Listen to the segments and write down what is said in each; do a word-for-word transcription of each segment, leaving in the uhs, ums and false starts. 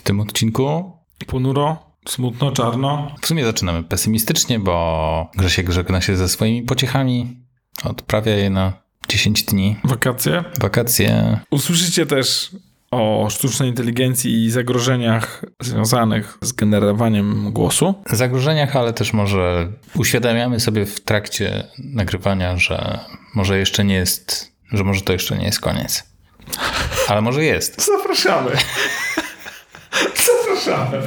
tym odcinku ponuro, smutno, czarno. W sumie zaczynamy pesymistycznie, bo Grzesiek żegna się ze swoimi pociechami. Odprawia je na dziesięć dni. Wakacje. Wakacje. Usłyszycie też o sztucznej inteligencji i zagrożeniach związanych z generowaniem głosu. Zagrożeniach, ale też może uświadamiamy sobie w trakcie nagrywania, że może jeszcze nie jest, że może to jeszcze nie jest koniec. Ale może jest. Zapraszamy. Zapraszamy.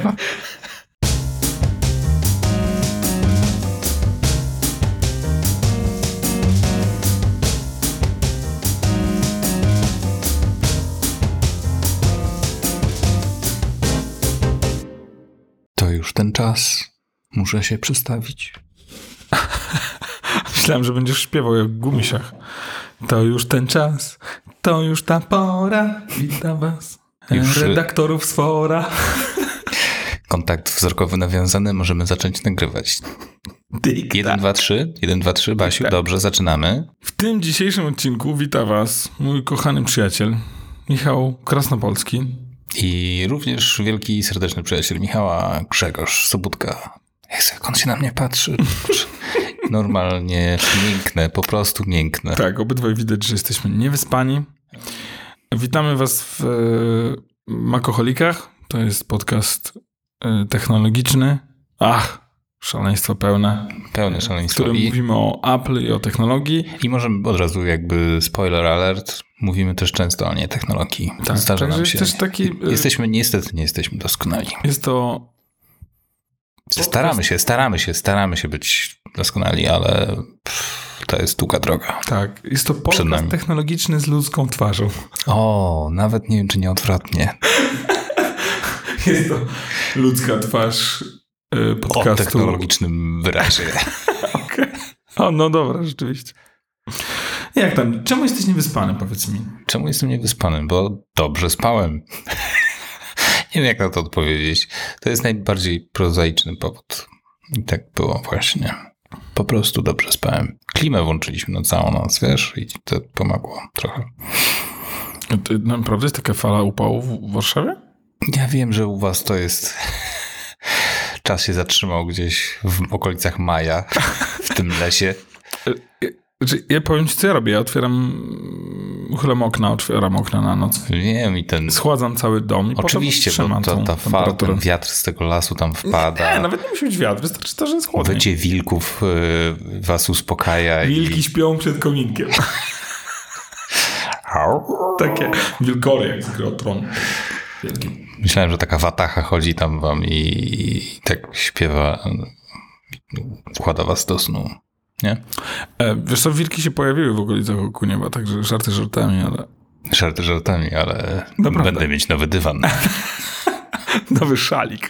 To już ten czas. Muszę się przestawić. Myślałem, że będziesz śpiewał jak w Gumisiach. To już ten czas, to już ta pora. Witam was, już redaktorów z fora. Kontakt wzrokowy nawiązany, możemy zacząć nagrywać. jeden, dwa, trzy. jeden, dwa, trzy. Basiu, dobrze, zaczynamy. W tym dzisiejszym odcinku wita was mój kochany przyjaciel Michał Krasnopolski. I również wielki i serdeczny przyjaciel Michała, Grzegorz Sobudka. Jak on się na mnie patrzy. Normalnie miękne, po prostu miękne. Tak, obydwaj widać, że jesteśmy niewyspani. Witamy was w e, Makoholikach. To jest podcast e, technologiczny. Ach, szaleństwo pełne. Pełne szaleństwo. W którym I, mówimy o Apple i o technologii. I możemy od razu jakby spoiler alert. Mówimy też często o nie technologii. Tak, Zdarza nam się. Też taki, jesteśmy, niestety nie jesteśmy doskonali. Jest to... Staramy się, staramy się, staramy się być doskonali, ale pff, to jest długa droga. Tak, jest to podcast technologiczny z ludzką twarzą. O, nawet nie wiem, czy nie odwrotnie. Jest to ludzka twarz yy, podcastu. O technologicznym wyrazie. Okay. O, no dobra, rzeczywiście. Jak tam? Czemu jesteś niewyspany, powiedz mi? Czemu jestem niewyspany? Bo dobrze spałem. Nie wiem, jak na to odpowiedzieć. To jest najbardziej prozaiczny powód. I tak było właśnie. Po prostu dobrze spałem. Klimę włączyliśmy na całą noc, wiesz? I to pomogło trochę. To naprawdę jest taka fala upału w Warszawie? Ja wiem, że u was to jest... Czas się zatrzymał gdzieś w okolicach maja, w tym lesie. Znaczy, ja powiem ci, co ja robię. Ja otwieram, uchylam okna, otwieram okna na noc. Wiem i ten... Schładzam cały dom i oczywiście, potem bo to, ta fala, ten wiatr z tego lasu tam wpada. Nie, nie, nawet nie musi być wiatr, wystarczy to, że jest chłodniej. Wycie wilków y, was uspokaja. Wilki i... śpią przed kominkiem. Takie wilkory jak z Gry o Tron. Wielki. Myślałem, że taka watacha chodzi tam wam i, i tak śpiewa, wkłada was do snu. Nie? E, wiesz co, wilki się pojawiły w okolicach Okuniewa, także żarty żartami, ale... Żarty żartami, ale Naprawdę. Będę mieć nowy dywan. Nowy szalik.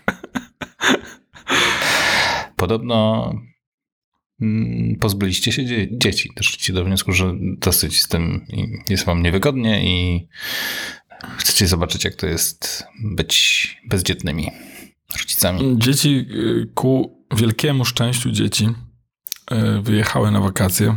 Podobno mm, pozbyliście się dzie- dzieci. Doszliście do wniosku, że dosyć z tym jest wam niewygodnie i chcecie zobaczyć, jak to jest być bezdzietnymi rodzicami. Dzieci ku wielkiemu szczęściu dzieci wyjechały na wakacje.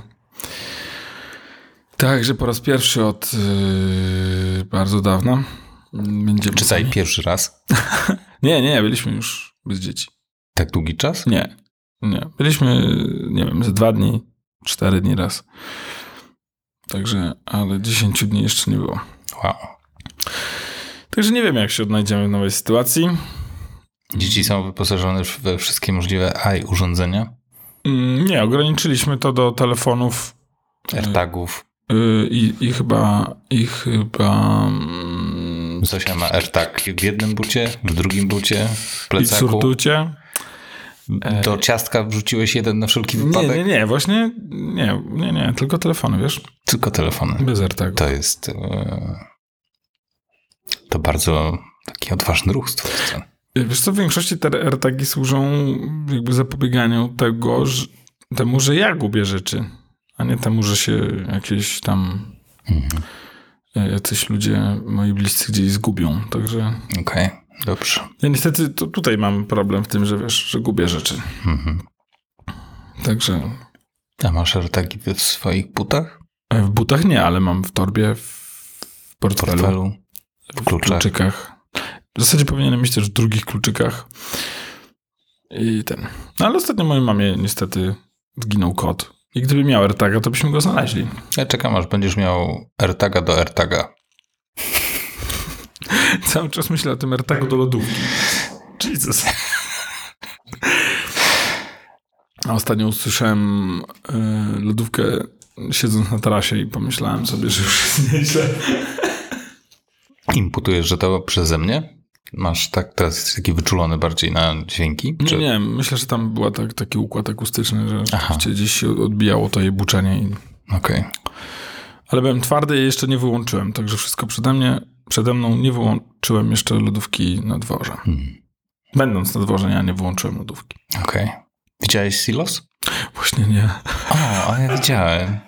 Także po raz pierwszy od yy, bardzo dawna. Będziemy Czy cały pierwszy raz? nie, nie, byliśmy już bez dzieci. Tak długi czas? Nie, nie. Byliśmy, nie wiem, ze dwa dni, cztery dni raz. Także, ale dziesięciu dni jeszcze nie było. Wow. Także nie wiem, jak się odnajdziemy w nowej sytuacji. Dzieci są wyposażone we wszystkie możliwe A I urządzenia? Nie, ograniczyliśmy to do telefonów. AirTagów. I, i chyba... I chyba... Zosia ma AirTag w jednym bucie, w drugim bucie, w plecaku. I w surducie. Do ciastka wrzuciłeś jeden na wszelki wypadek? Nie, nie, nie, właśnie nie, nie, nie, tylko telefony, wiesz? Tylko telefony. Bez AirTagu. To jest to bardzo taki odważny ruch z twojej strony. Wiesz co, w większości te AirTagi służą jakby zapobieganiu tego, że, temu, że ja gubię rzeczy, a nie temu, że się jakieś tam mhm. jacyś ludzie, moi bliscy gdzieś zgubią, także... Okej, okay, dobrze. Ja niestety to tutaj mam problem w tym, że wiesz, że gubię rzeczy. Mhm. Także... A masz AirTagi w swoich butach? W butach nie, ale mam w torbie, w portfelu, portfelu w kluczach. kluczykach. W zasadzie powinienem mieć też w drugich kluczykach. I ten. No ale ostatnio mojej mamie niestety zginął kot. I gdyby miał AirTaga, to byśmy go znaleźli. Ja czekam, aż będziesz miał AirTaga do AirTaga. Cały czas myślę o tym AirTagu do lodówki. Jesus. A ostatnio usłyszałem y, lodówkę siedząc na tarasie i pomyślałem sobie, że już jest nieźle. Imputujesz, że to przeze mnie? Masz tak, teraz jesteś taki wyczulony bardziej na dźwięki? Nie, Czy... nie, myślę, że tam był tak, taki układ akustyczny, że Aha. gdzieś się odbijało to jej buczenie. I... Okej. Okay. Ale byłem twardy i jeszcze nie wyłączyłem, także wszystko przede mnie, przede mną nie wyłączyłem jeszcze lodówki na dworze. Hmm. Będąc na dworze, ja nie wyłączyłem lodówki. Okej. Okay. Widziałeś Silos? Właśnie nie. O, a ja widziałem.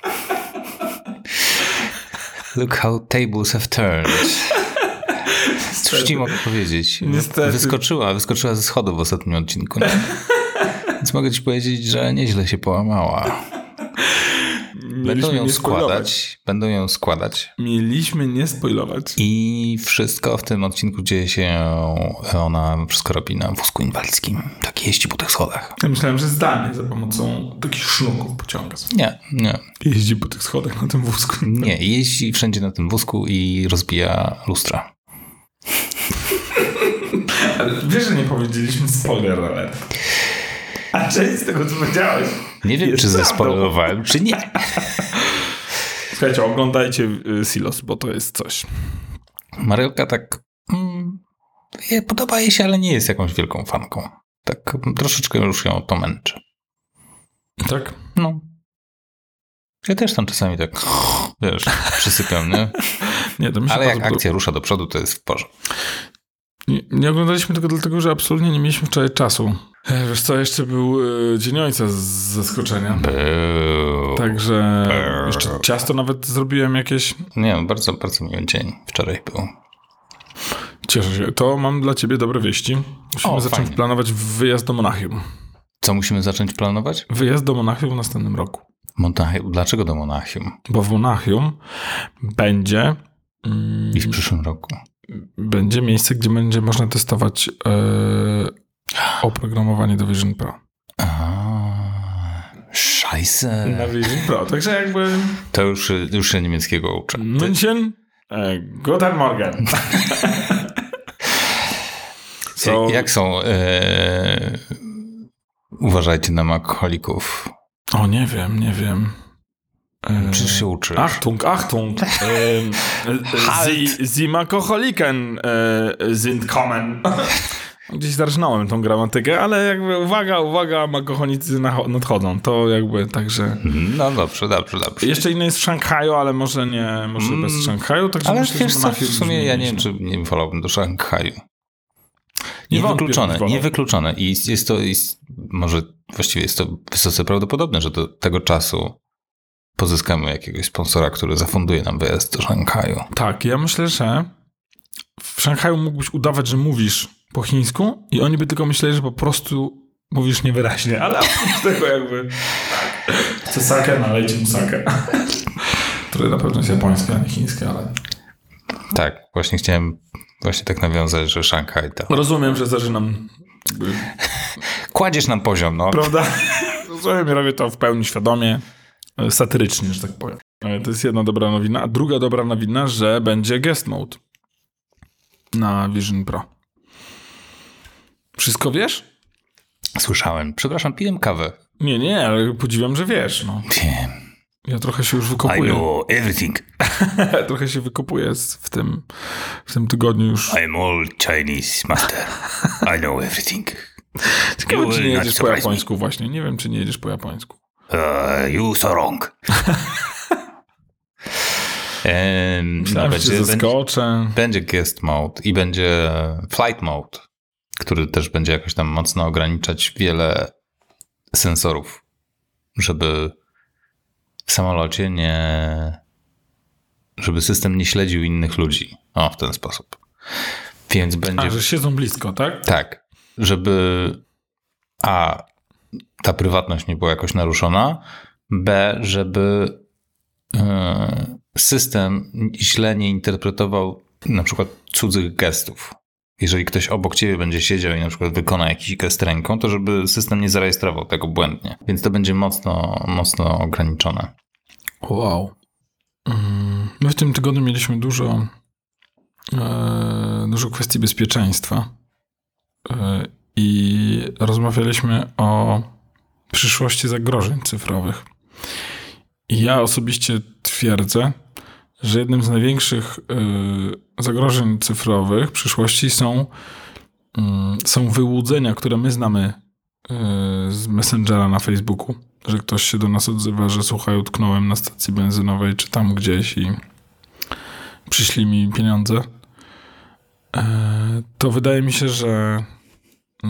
Look how tables have turned. Cóż ci mogę powiedzieć? Niestety. Wyskoczyła, wyskoczyła ze schodów w ostatnim odcinku. Nie? Więc mogę ci powiedzieć, że nieźle się połamała. Będą ją składać. Będą ją składać. Mieliśmy nie spoilować. I wszystko w tym odcinku dzieje się, ona wszystko robi na wózku inwalidzkim. Tak jeździ po tych schodach. Ja myślałem, że zdalnie za pomocą takich sznuków pociąga. Nie, nie. Jeździ po tych schodach na tym wózku. Nie, jeździ wszędzie na tym wózku i rozbija lustra. Ale wiesz, że nie powiedzieliśmy spoiler alert. A część z tego, co powiedziałeś. Nie wiem, czy zespoilowałem, czy nie. Słuchajcie, oglądajcie Silos, bo to jest coś. Marylka tak mm, podoba jej się, ale nie jest jakąś wielką fanką. Tak troszeczkę już ją to męczy. Tak? No. Ja też tam czasami tak, wiesz, przysypiam, nie? Nie, to mi się ale jak podoba. akcja rusza do przodu, to jest w porządku. Nie, nie oglądaliśmy tego dlatego, że absolutnie nie mieliśmy wczoraj czasu. Wiesz co, jeszcze był y, Dzień Ojca z zaskoczenia. Był. Także Był. jeszcze ciasto nawet zrobiłem jakieś. Nie, bardzo, bardzo miły dzień wczoraj był. Cieszę się. To mam dla ciebie dobre wieści. Musimy o, zacząć fajnie. planować wyjazd do Monachium. Co musimy zacząć planować? Wyjazd do Monachium w następnym roku. Monachium. Dlaczego do Monachium? Bo w Monachium będzie... Mm, I w przyszłym roku. Będzie miejsce, gdzie będzie można testować e, oprogramowanie do Vision Pro. A, szajse. Na Vision Pro, także jakby... To już, już się niemieckiego uczę. München, e, guten Morgen. so, Jak są... E, uważajcie na alkoholików. O, nie wiem, nie wiem. E, Przecież się uczysz. Achtung, Achtung. E, Halt. Sie, Sie Alkoholiken e, sind kommen. Gdzieś zarżnąłem tą gramatykę, ale jakby uwaga, uwaga, alkoholicy nadchodzą. To jakby także... No dobrze, dobrze, dobrze. Jeszcze inny jest w Szanghaju, ale może nie, może mm, bez Szanghaju. Także ale myślę, wiesz że co, w sumie ja nie wiem, czy nie wolałbym do Szanghaju. Niewykluczone, nie niewykluczone. I jest to, jest, może właściwie jest to wysoce prawdopodobne, że do tego czasu pozyskamy jakiegoś sponsora, który zafunduje nam wyjazd do Szanghaju. Tak, ja myślę, że w Szanghaju mógłbyś udawać, że mówisz po chińsku i oni by tylko myśleli, że po prostu mówisz niewyraźnie, ale z tego jakby tak. Chcę sakę, nalejcie mu sakę. Które na pewno jest japońskie, a nie chińskie, ale... Tak, właśnie chciałem właśnie tak nawiązać, że Szanghaj to... Rozumiem, że zaczynam... Jakby... Kładziesz nam poziom, no. Prawda? Rozumiem, ja robię to w pełni świadomie, satyrycznie, że tak powiem. To jest jedna dobra nowina. A druga dobra nowina, że będzie guest mode na Vision Pro. Wszystko wiesz? Słyszałem. Przepraszam, piłem kawę. Nie, nie, ale podziwiam, że wiesz. No. Wiem. Ja trochę się już wykopuję. I know everything. Trochę się wykopuję w tym, w tym tygodniu już. I'm all Chinese master. I know everything. Ciekawe, czy nie jedziesz po japońsku me. Właśnie. Nie wiem, czy nie jedziesz po japońsku. Uh, you so wrong. um, Myślałem, no, że będzie, zaskoczę. Będzie, będzie guest mode i będzie flight mode, który też będzie jakoś tam mocno ograniczać wiele sensorów, żeby w samolocie nie... żeby system nie śledził innych ludzi. O, w ten sposób. Więc będzie... A, że siedzą blisko, tak? Tak. Żeby a ta prywatność nie była jakoś naruszona, b, żeby system źle nie interpretował na przykład cudzych gestów. jeżeli ktoś obok ciebie będzie siedział i na przykład wykona jakiś gest ręką, to żeby system nie zarejestrował tego błędnie. Więc to będzie mocno, mocno ograniczone. Wow. My w tym tygodniu mieliśmy dużo, e, dużo kwestii bezpieczeństwa e, i rozmawialiśmy o przyszłości zagrożeń cyfrowych. I ja osobiście twierdzę, że jednym z największych y, zagrożeń cyfrowych w przyszłości są, y, są wyłudzenia, które my znamy y, z Messengera na Facebooku. Że ktoś się do nas odzywa, że słuchaj, utknąłem na stacji benzynowej czy tam gdzieś i przyszli mi pieniądze. Y, to wydaje mi się, że y,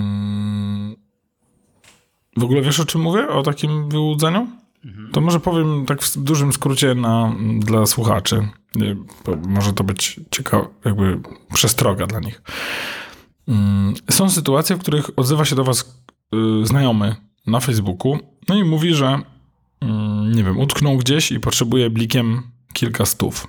w ogóle wiesz, o czym mówię? O takim wyłudzeniu? To może powiem tak w dużym skrócie na, dla słuchaczy. Bo może to być ciekawe, jakby przestroga dla nich. Są sytuacje, w których odzywa się do was znajomy na Facebooku, no i mówi, że nie wiem, utknął gdzieś i potrzebuje blikiem kilka stów.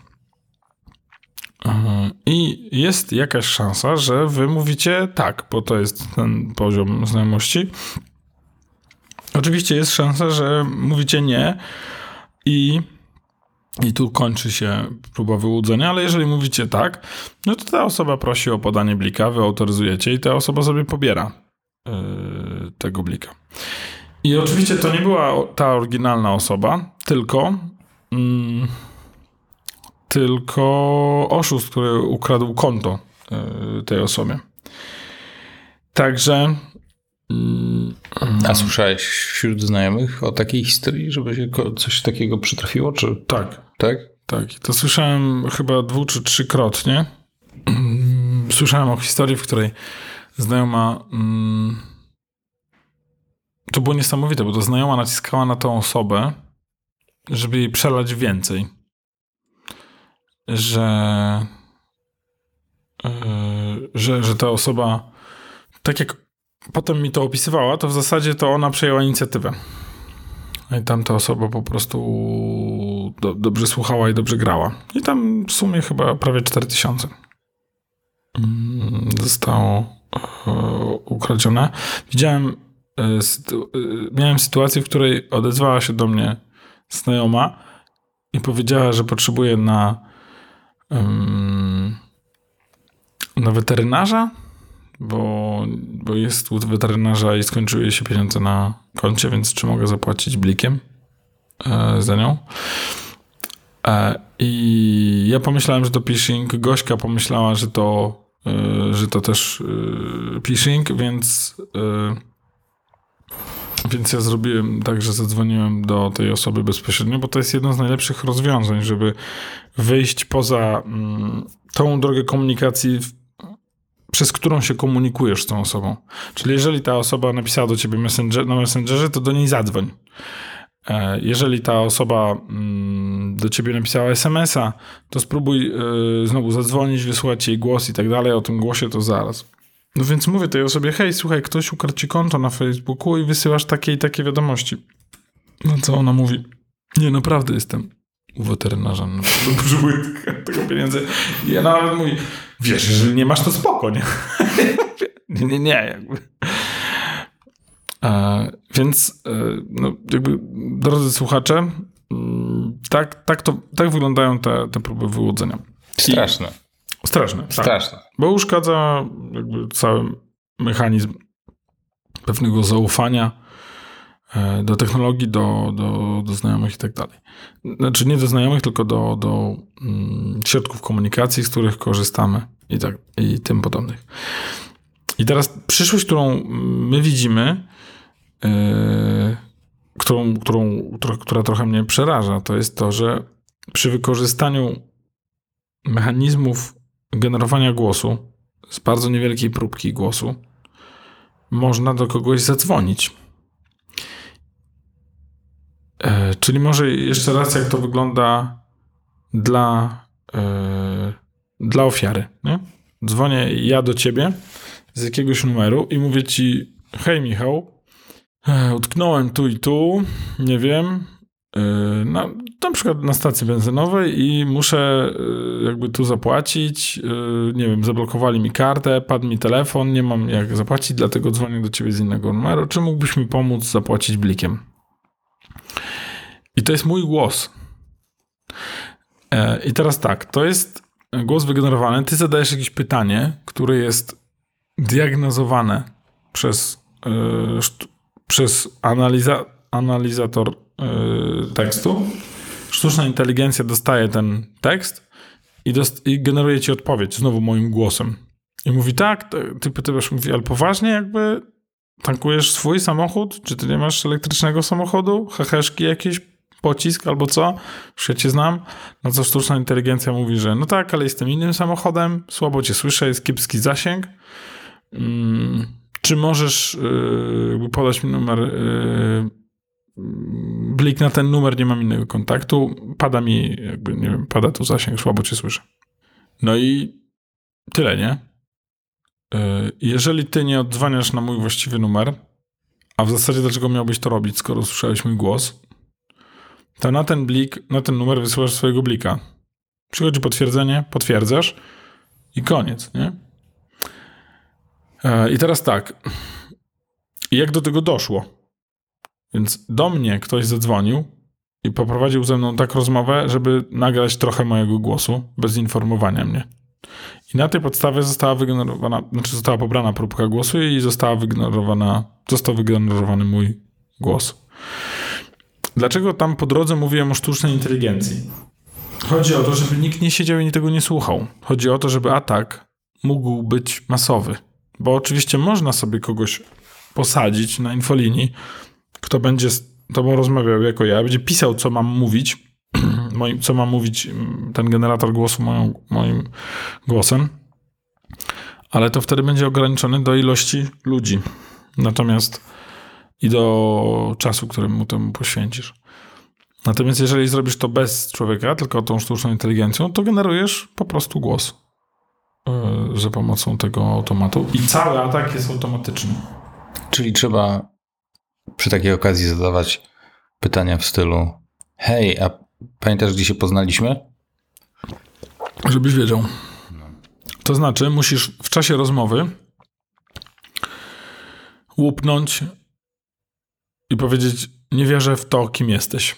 I jest jakaś szansa, że wy mówicie tak, bo to jest ten poziom znajomości. Oczywiście jest szansa, że mówicie nie i, i tu kończy się próba wyłudzenia, ale jeżeli mówicie tak, no to ta osoba prosi o podanie blika, wy autoryzujecie i ta osoba sobie pobiera yy, tego blika. I oczywiście to nie była ta oryginalna osoba, tylko, mm, tylko oszust, który ukradł konto yy, tej osobie. Także... A słyszałeś wśród znajomych o takiej historii, żeby się coś takiego przytrafiło? Czy... Tak. Tak? Tak. To słyszałem chyba dwu czy trzykrotnie. Słyszałem o historii, w której znajoma... To było niesamowite, bo to znajoma naciskała na tą osobę, żeby jej przelać więcej. Że... Że, że ta osoba... Tak jak potem mi to opisywała, to w zasadzie to ona przejęła inicjatywę. I tam ta osoba po prostu do, dobrze słuchała i dobrze grała. I tam w sumie chyba prawie cztery tysiące zostało e, ukradzione. Widziałem, e, sytu, e, miałem sytuację, w której odezwała się do mnie znajoma i powiedziała, że potrzebuje na, um, na weterynarza, Bo, bo jest u weterynarza i skończyły jej się pieniądze na koncie, więc czy mogę zapłacić blikiem e, za nią? E, I ja pomyślałem, że to phishing. Gośka pomyślała, że to, e, że to też e, phishing, więc, e, więc ja zrobiłem tak, że zadzwoniłem do tej osoby bezpośrednio, bo to jest jedno z najlepszych rozwiązań, żeby wyjść poza mm, tą drogę komunikacji, przez którą się komunikujesz z tą osobą. Czyli jeżeli ta osoba napisała do ciebie messenger, na Messengerze, to do niej zadzwoń. Jeżeli ta osoba do ciebie napisała es em es a, to spróbuj znowu zadzwonić, wysłać jej głos i tak dalej. O tym głosie to zaraz. No więc mówię tej osobie, hej, słuchaj, ktoś ukradł ci konto na Facebooku i wysyłasz takie i takie wiadomości. No co ona mówi? Nie, naprawdę jestem u weterynarza. No, potrzebuję tego pieniędzy. I ona nawet mówi, wiesz, jeżeli nie masz, to spoko, nie? nie, nie, nie, jakby. E, więc, e, no, jakby, drodzy słuchacze, tak, tak, to, tak wyglądają te, te próby wyłudzenia. Straszne. I, straszne, tak. Straszne. Bo uszkadza jakby cały mechanizm pewnego zaufania do technologii, do, do, do znajomych i tak dalej. Znaczy nie do znajomych, tylko do, do mm, środków komunikacji, z których korzystamy i tak i tym podobnych. I teraz przyszłość, którą my widzimy, yy, którą, którą, która, która trochę mnie przeraża, to jest to, że przy wykorzystaniu mechanizmów generowania głosu z bardzo niewielkiej próbki głosu można do kogoś zadzwonić. E, czyli może jeszcze raz, jak to wygląda dla, e, dla ofiary. Nie? Dzwonię ja do ciebie z jakiegoś numeru i mówię ci, hej Michał, e, utknąłem tu i tu, nie wiem, e, no, na przykład na stacji benzynowej i muszę jakby tu zapłacić, nie wiem, zablokowali mi kartę, padł mi telefon, nie mam jak zapłacić, dlatego dzwonię do ciebie z innego numeru. Czy mógłbyś mi pomóc zapłacić blikiem? I to jest mój głos. I teraz tak, to jest głos wygenerowany, ty zadajesz jakieś pytanie, które jest diagnozowane przez, yy, sztu, przez analiza, analizator yy, tekstu. Sztuczna inteligencja dostaje ten tekst i, dost, i generuje ci odpowiedź znowu moim głosem. I mówi tak, ty pytasz, mówi, ale poważnie jakby tankujesz swój samochód? Czy ty nie masz elektrycznego samochodu? Heheszki jakieś? Pocisk albo co? Już ja cię znam. Na co sztuczna inteligencja mówi, że no tak, ale jestem innym samochodem, słabo cię słyszę, jest kiepski zasięg. Hmm, czy możesz yy, podać mi numer yy, blik na ten numer, nie mam innego kontaktu. Pada mi, jakby, nie wiem, pada tu zasięg, słabo cię słyszę. No i tyle, nie? Yy, jeżeli ty nie odzwaniasz na mój właściwy numer, a w zasadzie dlaczego miałbyś to robić, skoro słyszałeś mój głos, to na ten blik, na ten numer wysyłasz swojego blika. Przychodzi potwierdzenie, potwierdzasz i koniec, nie? I teraz tak. Jak do tego doszło? Więc do mnie ktoś zadzwonił i poprowadził ze mną tak rozmowę, żeby nagrać trochę mojego głosu bez informowania mnie. I na tej podstawie została wygenerowana, znaczy została pobrana próbka głosu i została wygenerowana, został wygenerowany mój głos. Dlaczego tam po drodze mówiłem o sztucznej inteligencji? Chodzi o to, żeby nikt nie siedział i tego nie słuchał. Chodzi o to, żeby atak mógł być masowy. Bo oczywiście można sobie kogoś posadzić na infolinii, kto będzie z tobą rozmawiał jako ja, będzie pisał, co mam mówić, moim, co ma mówić ten generator głosu moją, moim głosem, ale to wtedy będzie ograniczone do ilości ludzi. Natomiast i do czasu, który mu temu poświęcisz. Natomiast jeżeli zrobisz to bez człowieka, tylko tą sztuczną inteligencją, to generujesz po prostu głos yy, za pomocą tego automatu i cały atak jest automatyczny. Czyli trzeba przy takiej okazji zadawać pytania w stylu: hej, a pamiętasz, gdzie się poznaliśmy? Żebyś wiedział. No. To znaczy, musisz w czasie rozmowy łupnąć i powiedzieć: nie wierzę w to, kim jesteś.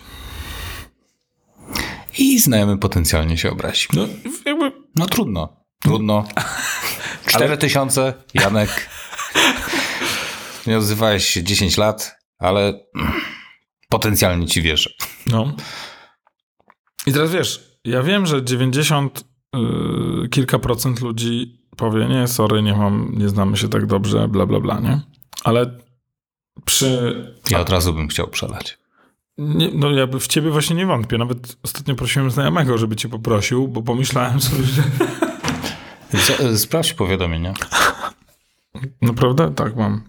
I znajomy potencjalnie się obrazi. No, jakby... no trudno. Trudno. Cztery tysiące, Janek. Nie odzywałeś się dziesięć lat, ale potencjalnie ci wierzę. No. I teraz wiesz, ja wiem, że dziewięćdziesiąt yy, kilka procent ludzi powie: nie, sorry, nie mam, nie znamy się tak dobrze, bla, bla, bla, nie? Ale przy... Ja od razu bym chciał przelać. Nie, no ja w ciebie właśnie nie wątpię. Nawet ostatnio prosiłem znajomego, żeby cię poprosił, bo pomyślałem sobie, że... Sprawdź powiadomienia. Naprawdę? Tak, mam.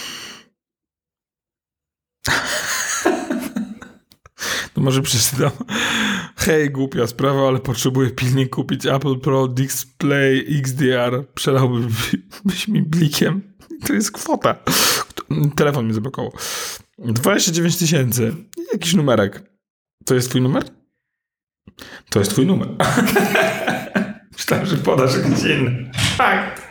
No może przeczytam. Hej, głupia sprawa, ale potrzebuję pilnie kupić Apple Pro Display X D R. Przelałbyś mi blikiem? To jest kwota. Telefon mi zablokował. dwadzieścia dziewięć tysięcy. Jakiś numerek. To jest twój numer? To jest twój numer. Myślałem, że podasz jakiś inny. Tak.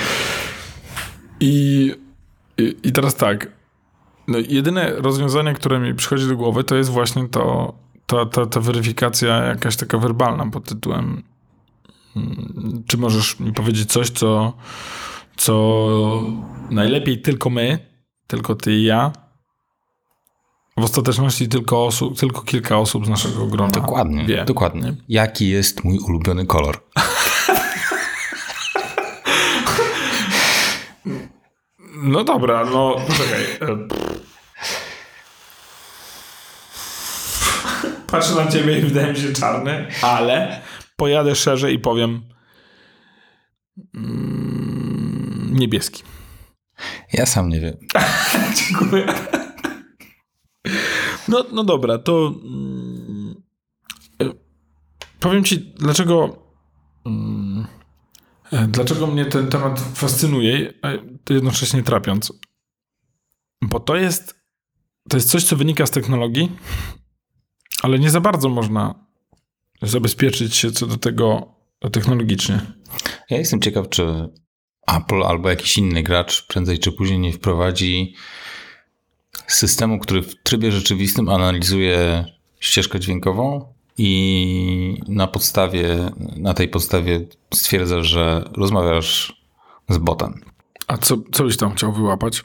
I, i, i teraz tak. No, jedyne rozwiązanie, które mi przychodzi do głowy, to jest właśnie to, ta, ta, ta weryfikacja jakaś taka werbalna pod tytułem: czy możesz mi powiedzieć coś, co, co najlepiej tylko my, tylko ty i ja, w ostateczności tylko, osób, tylko kilka osób z naszego grona Dokładnie, wie. dokładnie. Jaki jest mój ulubiony kolor? No dobra, no poczekaj. Patrzę na ciebie i wydaje mi się czarny, ale pojadę szerzej i powiem mm, niebieski. Ja sam nie wiem. Dziękuję. No, no dobra, to mm, powiem ci, dlaczego mm, dlaczego mnie ten temat fascynuje, a jednocześnie trapiąc. Bo to jest to jest coś, co wynika z technologii ale nie za bardzo można zabezpieczyć się co do tego technologicznie. Ja jestem ciekaw, czy Apple albo jakiś inny gracz prędzej czy później nie wprowadzi systemu, który w trybie rzeczywistym analizuje ścieżkę dźwiękową i na podstawie, na tej podstawie stwierdza, że rozmawiasz z botem. A co, co byś tam chciał wyłapać?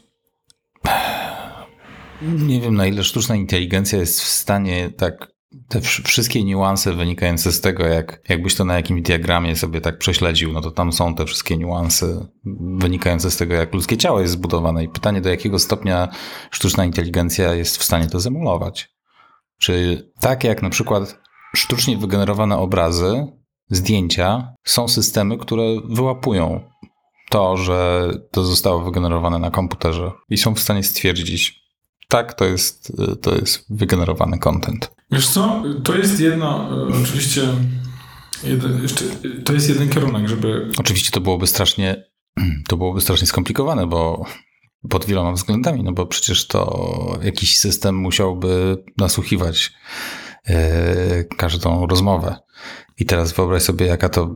Nie wiem, na ile sztuczna inteligencja jest w stanie tak te wszystkie niuanse wynikające z tego, jak, jakbyś to na jakimś diagramie sobie tak prześledził, no to tam są te wszystkie niuanse wynikające z tego, jak ludzkie ciało jest zbudowane i pytanie, do jakiego stopnia sztuczna inteligencja jest w stanie to zemulować. Czy tak jak na przykład sztucznie wygenerowane obrazy, zdjęcia, są systemy, które wyłapują to, że to zostało wygenerowane na komputerze i są w stanie stwierdzić, tak, to jest, to jest wygenerowany content. Wiesz co, to jest jedno, oczywiście, jeden, jeszcze, to jest jeden kierunek, żeby... Oczywiście to byłoby strasznie, to byłoby strasznie skomplikowane, bo pod wieloma względami, no bo przecież to jakiś system musiałby nasłuchiwać yy, każdą rozmowę. I teraz wyobraź sobie, jaka to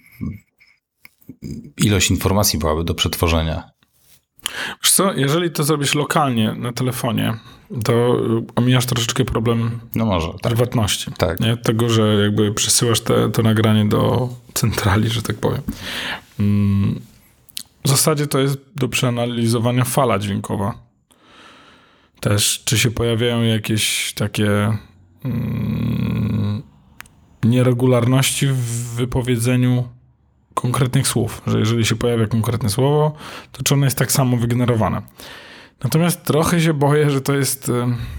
ilość informacji byłaby do przetworzenia. Wiesz co, jeżeli to zrobisz lokalnie na telefonie, to omijasz troszeczkę problem no może, tak. prywatności. Tak. Nie? Tego, że jakby przesyłasz te, to nagranie do centrali, że tak powiem. W zasadzie to jest do przeanalizowania fala dźwiękowa. Też, czy się pojawiają jakieś takie mm, nieregularności w wypowiedzeniu konkretnych słów, że jeżeli się pojawia konkretne słowo, to czy ono jest tak samo wygenerowane. Natomiast trochę się boję, że to jest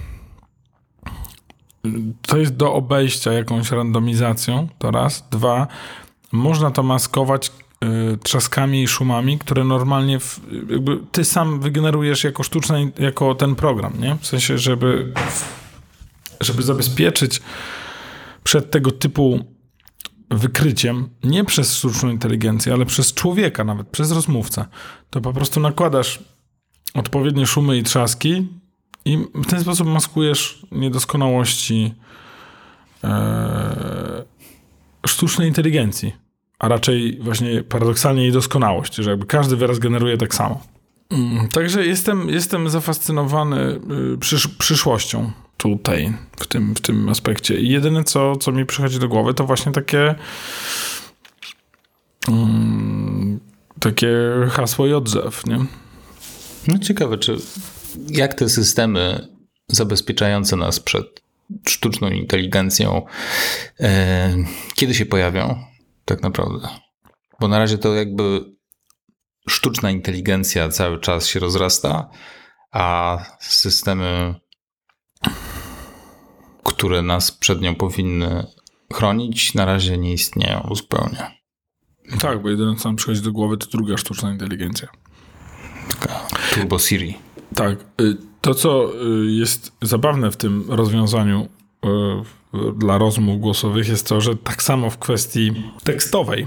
to jest do obejścia jakąś randomizacją, to raz. Dwa, można to maskować y, trzaskami i szumami, które normalnie w, jakby ty sam wygenerujesz jako sztuczny, jako ten program, nie? W sensie, żeby żeby zabezpieczyć przed tego typu wykryciem, nie przez sztuczną inteligencję, ale przez człowieka nawet, przez rozmówcę, to po prostu nakładasz odpowiednie szumy i trzaski i w ten sposób maskujesz niedoskonałości e, sztucznej inteligencji, a raczej właśnie paradoksalnie jej doskonałość, że jakby każdy wyraz generuje tak samo. Mm, także jestem, jestem zafascynowany y, przysz, przyszłością tutaj, w tym, w tym aspekcie. I jedyne, co, co mi przychodzi do głowy, to właśnie takie um, takie hasło i odzew, nie? No ciekawe, czy jak te systemy zabezpieczające nas przed sztuczną inteligencją e, kiedy się pojawią tak naprawdę? Bo na razie to jakby sztuczna inteligencja cały czas się rozrasta, a systemy, które nas przed nią powinny chronić, na razie nie istnieją zupełnie. Tak, bo jedyne, co nam przychodzi do głowy, to druga sztuczna inteligencja. Taka Turbo Siri. Tak. To, co jest zabawne w tym rozwiązaniu dla rozmów głosowych, jest to, że tak samo w kwestii tekstowej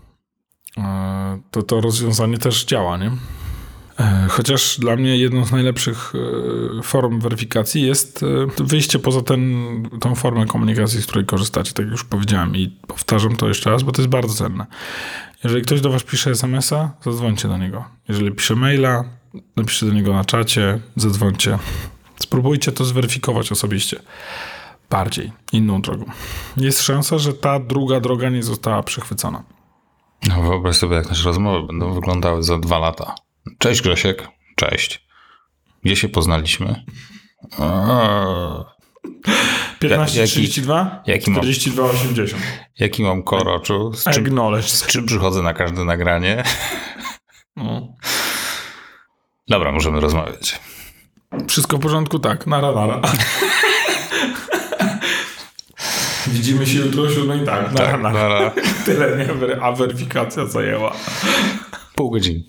to to rozwiązanie też działa, nie? Chociaż dla mnie jedną z najlepszych form weryfikacji jest wyjście poza ten, tą formę komunikacji, z której korzystacie, tak jak już powiedziałem i powtarzam to jeszcze raz, bo to jest bardzo cenne. Jeżeli ktoś do was pisze es em es a, zadzwońcie do niego. Jeżeli pisze maila, napiszcie do niego na czacie, zadzwońcie. Spróbujcie to zweryfikować osobiście. Bardziej, inną drogą. Jest szansa, że ta druga droga nie została przechwycona. No wyobraź sobie, jak nasze rozmowy będą wyglądały za dwa lata. Cześć Grzesiek. Cześć. Gdzie się poznaliśmy? piętnaście trzydzieści dwa? Jaki mam, czterdzieści dwa osiemdziesiąt. jaki mam kolor oczu? Z czym, z czym przychodzę na każde nagranie? No. Dobra, możemy rozmawiać. Wszystko w porządku? Tak. Nara, nara. Widzimy się jutro o siódmej? Tak. Nara, tak, nara. nara. Tyle, nie? A weryfikacja zajęła. Pół godziny.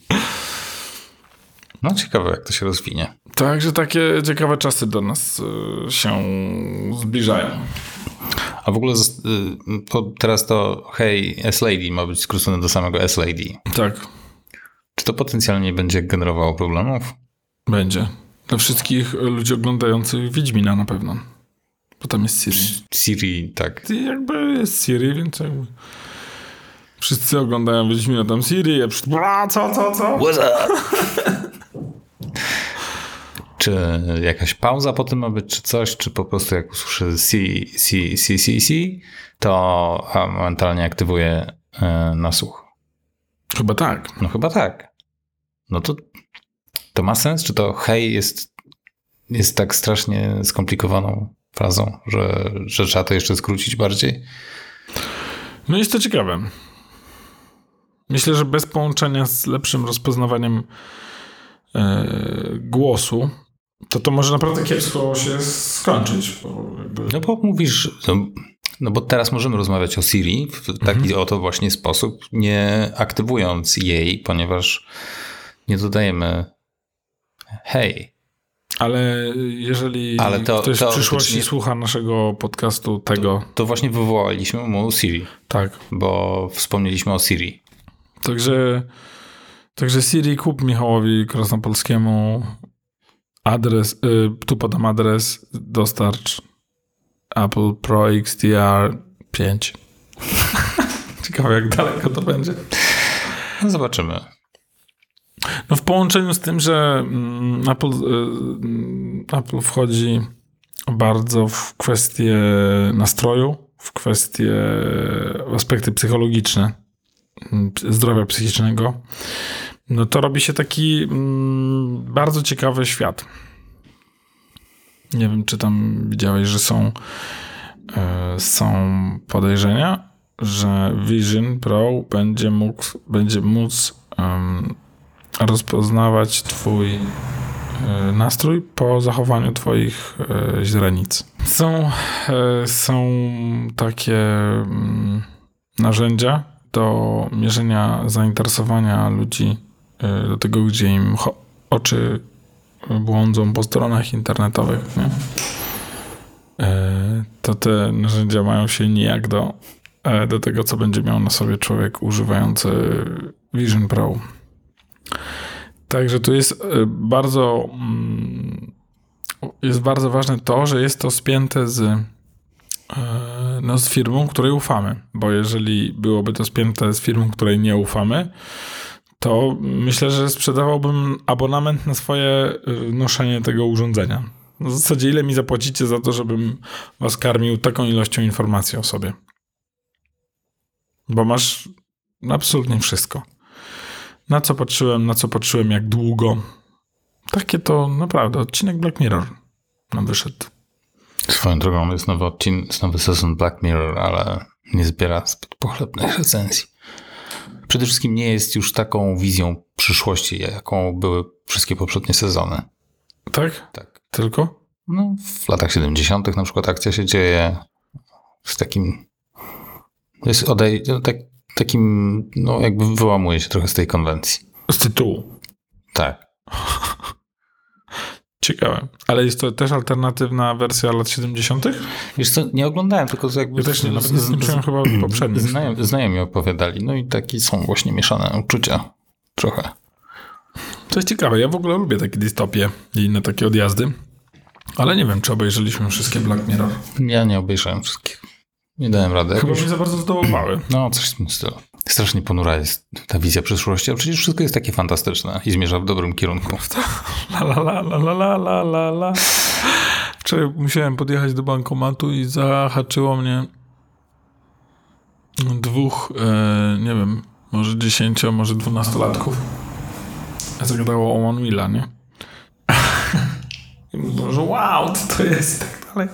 No ciekawe, jak to się rozwinie. Także takie ciekawe czasy do nas y, się zbliżają. A w ogóle z, y, to teraz to hej, S-Lady ma być skrócone do samego S-Lady. Tak. Czy to potencjalnie będzie generowało problemów? Będzie. Dla wszystkich ludzi oglądających Wiedźmina na pewno. Bo tam jest Siri. Siri, tak. I jakby jest Siri, więc jakby wszyscy oglądają Wiedźmina, tam Siri, ja przy... A, co, co, co? What's up? Czy jakaś pauza po tym ma być, czy coś, czy po prostu jak usłyszę C, C, C, C, C, to momentalnie aktywuję e, nasłuch. Chyba tak. No chyba tak. No to to ma sens? Czy to hej jest, jest tak strasznie skomplikowaną frazą, że, że trzeba to jeszcze skrócić bardziej? No jest to ciekawe. Myślę, że bez połączenia z lepszym rozpoznawaniem e, głosu, to to może naprawdę kiepsko się skończyć. Bo jakby... No bo mówisz, no, no bo teraz możemy rozmawiać o Siri w taki mhm. oto właśnie sposób, nie aktywując jej, ponieważ nie dodajemy hej. Ale jeżeli Ale to, ktoś to, w przyszłości to, to, słucha naszego podcastu tego... To, to właśnie wywołaliśmy mu Siri. Tak. Bo wspomnieliśmy o Siri. Także, także Siri, kup Michałowi Krasnopolskiemu adres, y, tu podam adres, dostarcz Apple Pro X D R pięć. Ciekawe, jak daleko to będzie. No zobaczymy. No w połączeniu z tym, że mm, Apple, y, Apple wchodzi bardzo w kwestie nastroju, w kwestie w aspekty psychologiczne zdrowia psychicznego, no to robi się taki mm, bardzo ciekawy świat. Nie wiem, czy tam widziałeś, że są y, są podejrzenia, że Vision Pro będzie mógł, będzie móc um, rozpoznawać twój y, nastrój po zachowaniu twoich y, źrenic. Są, y, są takie y, narzędzia do mierzenia zainteresowania ludzi, y, do tego, gdzie im cho- oczy błądzą po stronach internetowych, nie? Y, to te narzędzia mają się nijak do, y, do tego, co będzie miał na sobie człowiek używający Vision Pro. Także tu jest bardzo jest bardzo ważne to, że jest to spięte z, no, z firmą, której ufamy, bo jeżeli byłoby to spięte z firmą, której nie ufamy, to myślę, że sprzedawałbym abonament na swoje noszenie tego urządzenia. W zasadzie ile mi zapłacicie za to, żebym was karmił taką ilością informacji o sobie? Bo masz absolutnie wszystko. Na co patrzyłem, na co patrzyłem, jak długo. Takie to naprawdę odcinek Black Mirror nam wyszedł. Swoją drogą jest nowy odcinek, nowy sezon Black Mirror, ale nie zbiera zbyt pochlebnych recenzji. Przede wszystkim nie jest już taką wizją przyszłości, jaką były wszystkie poprzednie sezony. Tak? Tak. Tylko? No, w latach siedemdziesiątych na przykład akcja się dzieje z takim... Jest odej... tak, takim, no jakby wyłamuje się trochę z tej konwencji. Z tytułu? Tak. Ciekawe. Ale jest to też alternatywna wersja lat siedemdziesiątych? Wiesz co, nie oglądałem, tylko jakby... Ja też nie, nawet nie skończyłem chyba poprzednich. Znajomi, znajomi opowiadali, no i takie są właśnie mieszane uczucia. Trochę. To jest ciekawe. Ja w ogóle lubię takie dystopie i inne takie odjazdy, ale nie wiem, czy obejrzeliśmy wszystkie Black Mirror. Ja nie obejrzałem wszystkich. Nie dałem rady. Chyba mnie za bardzo zdołowały. No, coś w tym stylu. Strasznie ponura jest ta wizja przyszłości, a przecież wszystko jest takie fantastyczne i zmierza w dobrym kierunku. La la la la la la la la la. Wczoraj musiałem podjechać do bankomatu i zahaczyło mnie dwóch, e, nie wiem, może dziesięcio, może dwunastolatków. Zagadało o One Wheela, nie? I mówię, że wow, co to jest i tak dalej.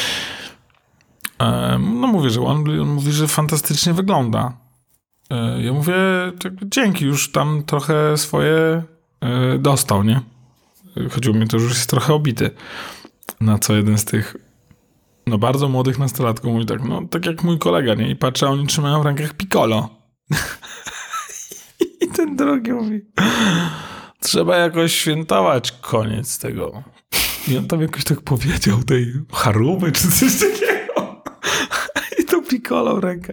E, no mówię, że One Wheel mówi, że fantastycznie wygląda. E, ja mówię, dzięki, już tam trochę swoje e, dostał, nie? Chodziło mi to, że już jest trochę obity. Na co jeden z tych no bardzo młodych nastolatków mówi tak, no tak jak mój kolega, nie? I patrzę, a oni trzymają w rękach Piccolo. I ten drugi mówi, trzeba jakoś świętować koniec tego. I on tam jakoś tak powiedział, tej charuby czy coś takiego. I to Piccolo w rękach.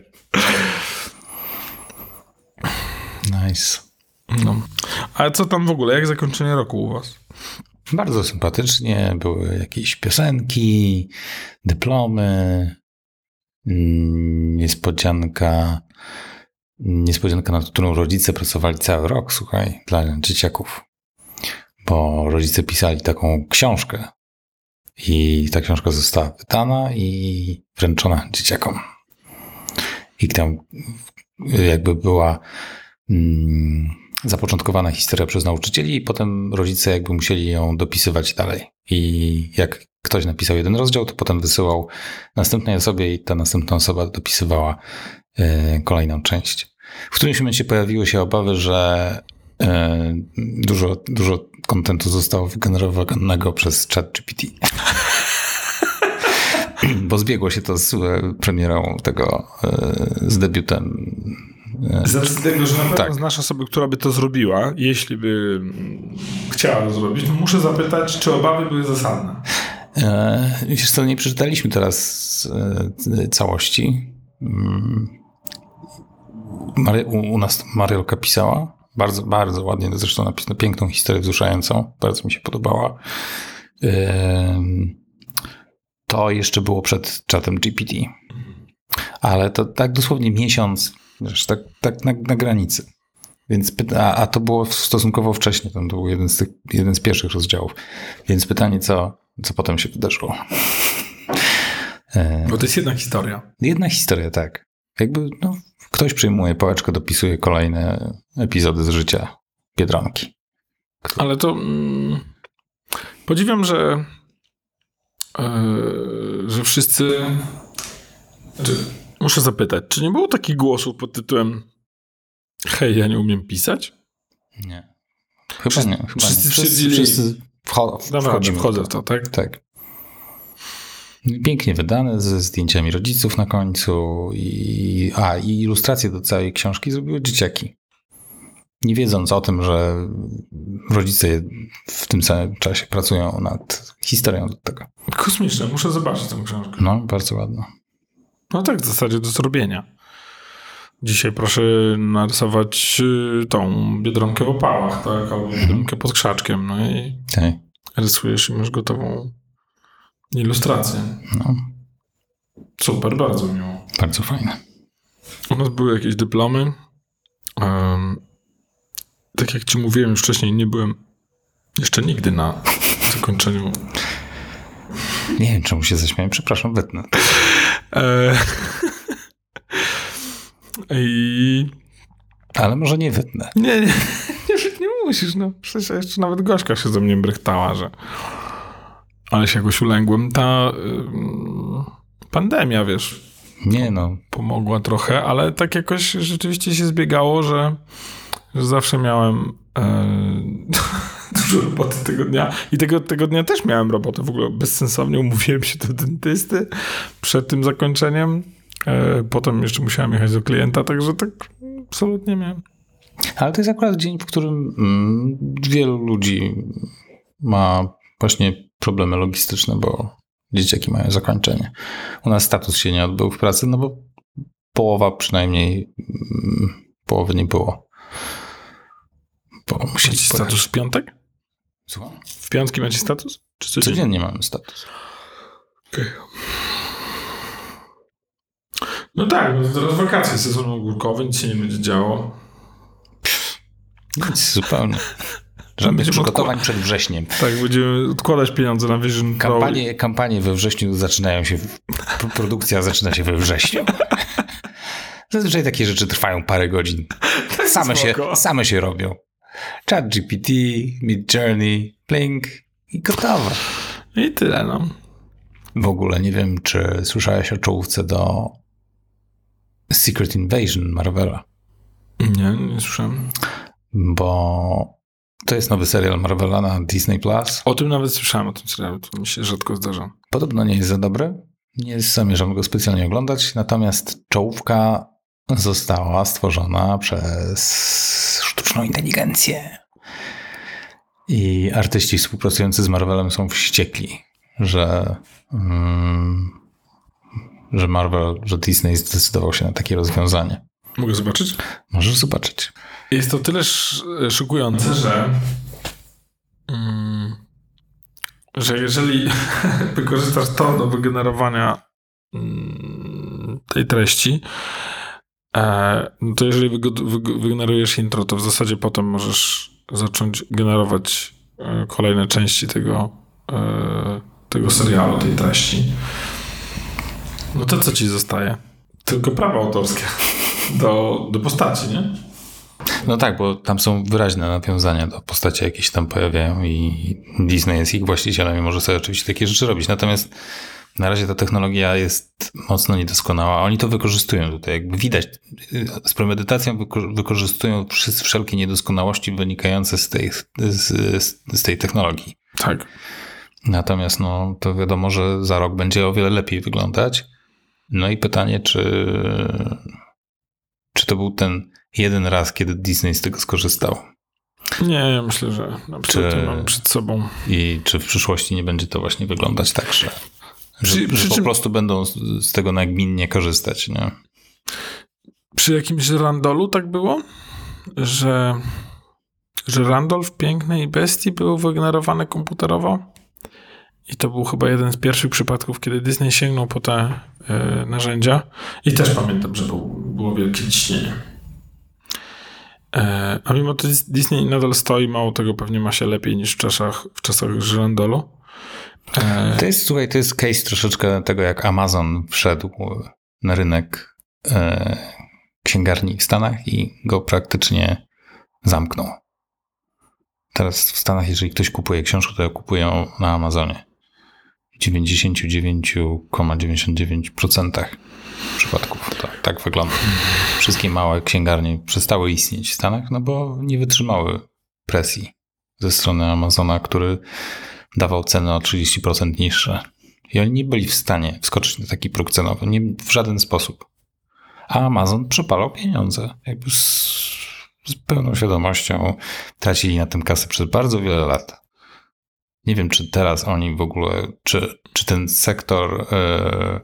Nice. No. Ale co tam w ogóle? Jak zakończenie roku u was? Bardzo sympatycznie, były jakieś piosenki, dyplomy, niespodzianka, niespodzianka, nad którą rodzice pracowali cały rok, słuchaj, dla dzieciaków. Bo rodzice pisali taką książkę i ta książka została wydana i wręczona dzieciakom. I tam jakby była mm, zapoczątkowana historia przez nauczycieli i potem rodzice jakby musieli ją dopisywać dalej. I jak ktoś napisał jeden rozdział, to potem wysyłał następnej osobie i ta następna osoba dopisywała y, kolejną część. W którymś momencie pojawiły się obawy, że y, dużo, dużo kontentu zostało wygenerowanego przez ChatGPT. Bo zbiegło się to z premierą tego, z debiutem. Z racji tego, że na pewno tak. znasz osobę, która by to zrobiła, jeśli by chciała to zrobić, to muszę zapytać, czy obawy były zasadne. Wiesz co, nie przeczytaliśmy teraz całości. Mary, u, u nas Mariolka pisała. Bardzo, bardzo ładnie, zresztą napisano piękną historię wzruszającą. Bardzo mi się podobała. To jeszcze było przed czatem G P T. Ale to tak dosłownie miesiąc, wiesz, tak, tak na, na granicy. Więc pyta, a to było stosunkowo wcześnie, tam to był jeden z, tych, jeden z pierwszych rozdziałów. Więc pytanie, co, co potem się wydarzyło. Bo to jest jedna historia. Jedna historia, tak. Jakby no, ktoś przyjmuje pałeczkę, dopisuje kolejne epizody z życia Biedronki. Który... Ale to mm, podziwiam, że Yy, że wszyscy... Znaczy, muszę zapytać, czy nie było takich głosów pod tytułem hej, ja nie umiem pisać? Nie. Chyba wszyscy, nie. Chyba wszyscy nie. Wszyscy, wszyscy wcho- Dobra, wchodzimy wchodzę w to, tak? Tak. Pięknie wydane, ze zdjęciami rodziców na końcu i, a, i ilustracje do całej książki zrobiły dzieciaki. Nie wiedząc o tym, że rodzice w tym samym czasie pracują nad historią do tego. Kosmiczne, muszę zobaczyć tę książkę. No, bardzo ładna. No tak, w zasadzie do zrobienia. Dzisiaj proszę narysować tą Biedronkę w opałach, tak? Albo Biedronkę pod krzaczkiem. No i tak. Rysujesz i masz gotową ilustrację. No. Super, bardzo miło. Bardzo fajne. U nas były jakieś dyplomy. Um, tak jak ci mówiłem już wcześniej, nie byłem jeszcze nigdy na zakończeniu. Nie wiem, czemu się zaśmiałem. Przepraszam, wytnę. E... I... Ale może nie wytnę. Nie, nie, nie, nie musisz. No. Przecież jeszcze nawet Gośka się ze mnie brychtała, że ale się jakoś ulęgłem. Ta y, pandemia, wiesz, nie no. pomogła trochę, ale tak jakoś rzeczywiście się zbiegało, że, że zawsze miałem e, dużo roboty tego dnia. I tego, tego dnia też miałem robotę. W ogóle bezsensownie umówiłem się do dentysty przed tym zakończeniem. E, potem jeszcze musiałem jechać do klienta, także tak absolutnie miałem. Ale to jest akurat dzień, w którym mm, wielu ludzi ma właśnie problemy logistyczne, bo dzieciaki mają zakończenie. U nas status się nie odbył w pracy, no bo połowa przynajmniej, mm, połowy nie było. Bo Macie status w piątek? Słucham? W piątki macie status? Czy codziennie? Codziennie mamy status. Okay. No tak, no teraz wakacje, sezon ogórkowy, nic się nie będzie działo. Nic, zupełnie. Żadnych przygotowań przed wrześniem. Tak, będziemy odkładać pieniądze na Vision Pro. Kampanie, kampanie we wrześniu zaczynają się, produkcja zaczyna się we wrześniu. Zazwyczaj takie rzeczy trwają parę godzin. Same się, same się robią. ChatGPT, Midjourney, Blink i gotowe. I tyle, no. W ogóle nie wiem, czy słyszałeś o czołówce do Secret Invasion Marvela. Nie, nie słyszałem. Bo to jest nowy serial Marvela na Disney Plus. O tym nawet słyszałem, o tym serialu. To mi się rzadko zdarza. Podobno nie jest za dobry. Nie zamierzam go specjalnie oglądać. Natomiast czołówka została stworzona przez sztuczną inteligencję. I artyści współpracujący z Marvelem są wściekli, że, mm, że Marvel, że Disney zdecydował się na takie rozwiązanie. Mogę zobaczyć? Możesz zobaczyć. Jest to tyle sz- szokujące, że mm, że jeżeli wykorzystasz to do wygenerowania tej treści, no to jeżeli wygenerujesz intro, to w zasadzie potem możesz zacząć generować kolejne części tego, tego serialu, tej treści. No to co ci zostaje? Tylko prawa autorskie do, do postaci, nie? No tak, bo tam są wyraźne nawiązania do postaci, jakieś tam pojawiają i Disney jest ich właścicielem i może sobie oczywiście takie rzeczy robić. Natomiast na razie ta technologia jest mocno niedoskonała. Oni to wykorzystują tutaj. Jakby widać, z premedytacją wyko- wykorzystują wszelkie niedoskonałości wynikające z tej, z, z tej technologii. Tak. Natomiast no, to wiadomo, że za rok będzie o wiele lepiej wyglądać. No i pytanie, czy, czy to był ten jeden raz, kiedy Disney z tego skorzystał? Nie, ja myślę, że absolutnie czy, mam przed sobą. I czy w przyszłości nie będzie to właśnie wyglądać tak, że, przy, że, przy że po czym, prostu będą z, z tego nagminnie korzystać, nie? Przy jakimś Randolu tak było, że, że Randolph Pięknej Bestii był wygenerowany komputerowo i to był chyba jeden z pierwszych przypadków, kiedy Disney sięgnął po te y, narzędzia i też pamiętam, że był, było wielkie ciśnienie. A mimo to Disney nadal stoi, mało tego pewnie ma się lepiej niż w czasach, w czasach Żyrandolu. To jest, słuchaj, to jest case troszeczkę tego, jak Amazon wszedł na rynek e, księgarni w Stanach i go praktycznie zamknął. Teraz w Stanach, jeżeli ktoś kupuje książkę, to ją kupują na Amazonie. W dziewięćdziesiąt dziewięć przecinek dziewięćdziesiąt dziewięć procent przypadków to tak wygląda. Wszystkie małe księgarnie przestały istnieć w Stanach, no bo nie wytrzymały presji ze strony Amazona, który dawał ceny o trzydzieści procent niższe. I oni nie byli w stanie wskoczyć na taki próg cenowy. Nie, w żaden sposób. A Amazon przepalał pieniądze. Jakby z, z pełną świadomością tracili na tym kasę przez bardzo wiele lat. Nie wiem, czy teraz oni w ogóle, czy, czy ten sektor yy,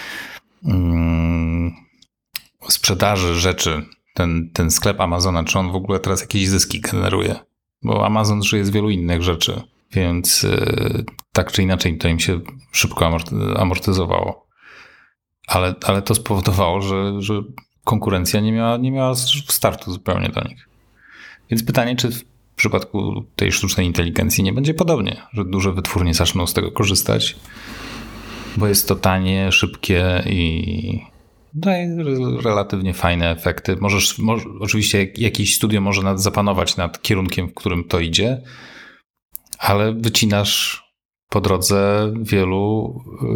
yy, sprzedaży rzeczy, ten, ten sklep Amazona, czy on w ogóle teraz jakieś zyski generuje? Bo Amazon żyje z wielu innych rzeczy, więc yy, tak czy inaczej to im się szybko amortyzowało. Ale, ale to spowodowało, że, że konkurencja nie miała, nie miała startu zupełnie do nich. Więc pytanie, czy w przypadku tej sztucznej inteligencji nie będzie podobnie, że duże wytwórnie zaczną z tego korzystać, bo jest to tanie, szybkie i daje relatywnie fajne efekty. Możesz, może, oczywiście jakieś studio może nad, zapanować nad kierunkiem, w którym to idzie, ale wycinasz po drodze wielu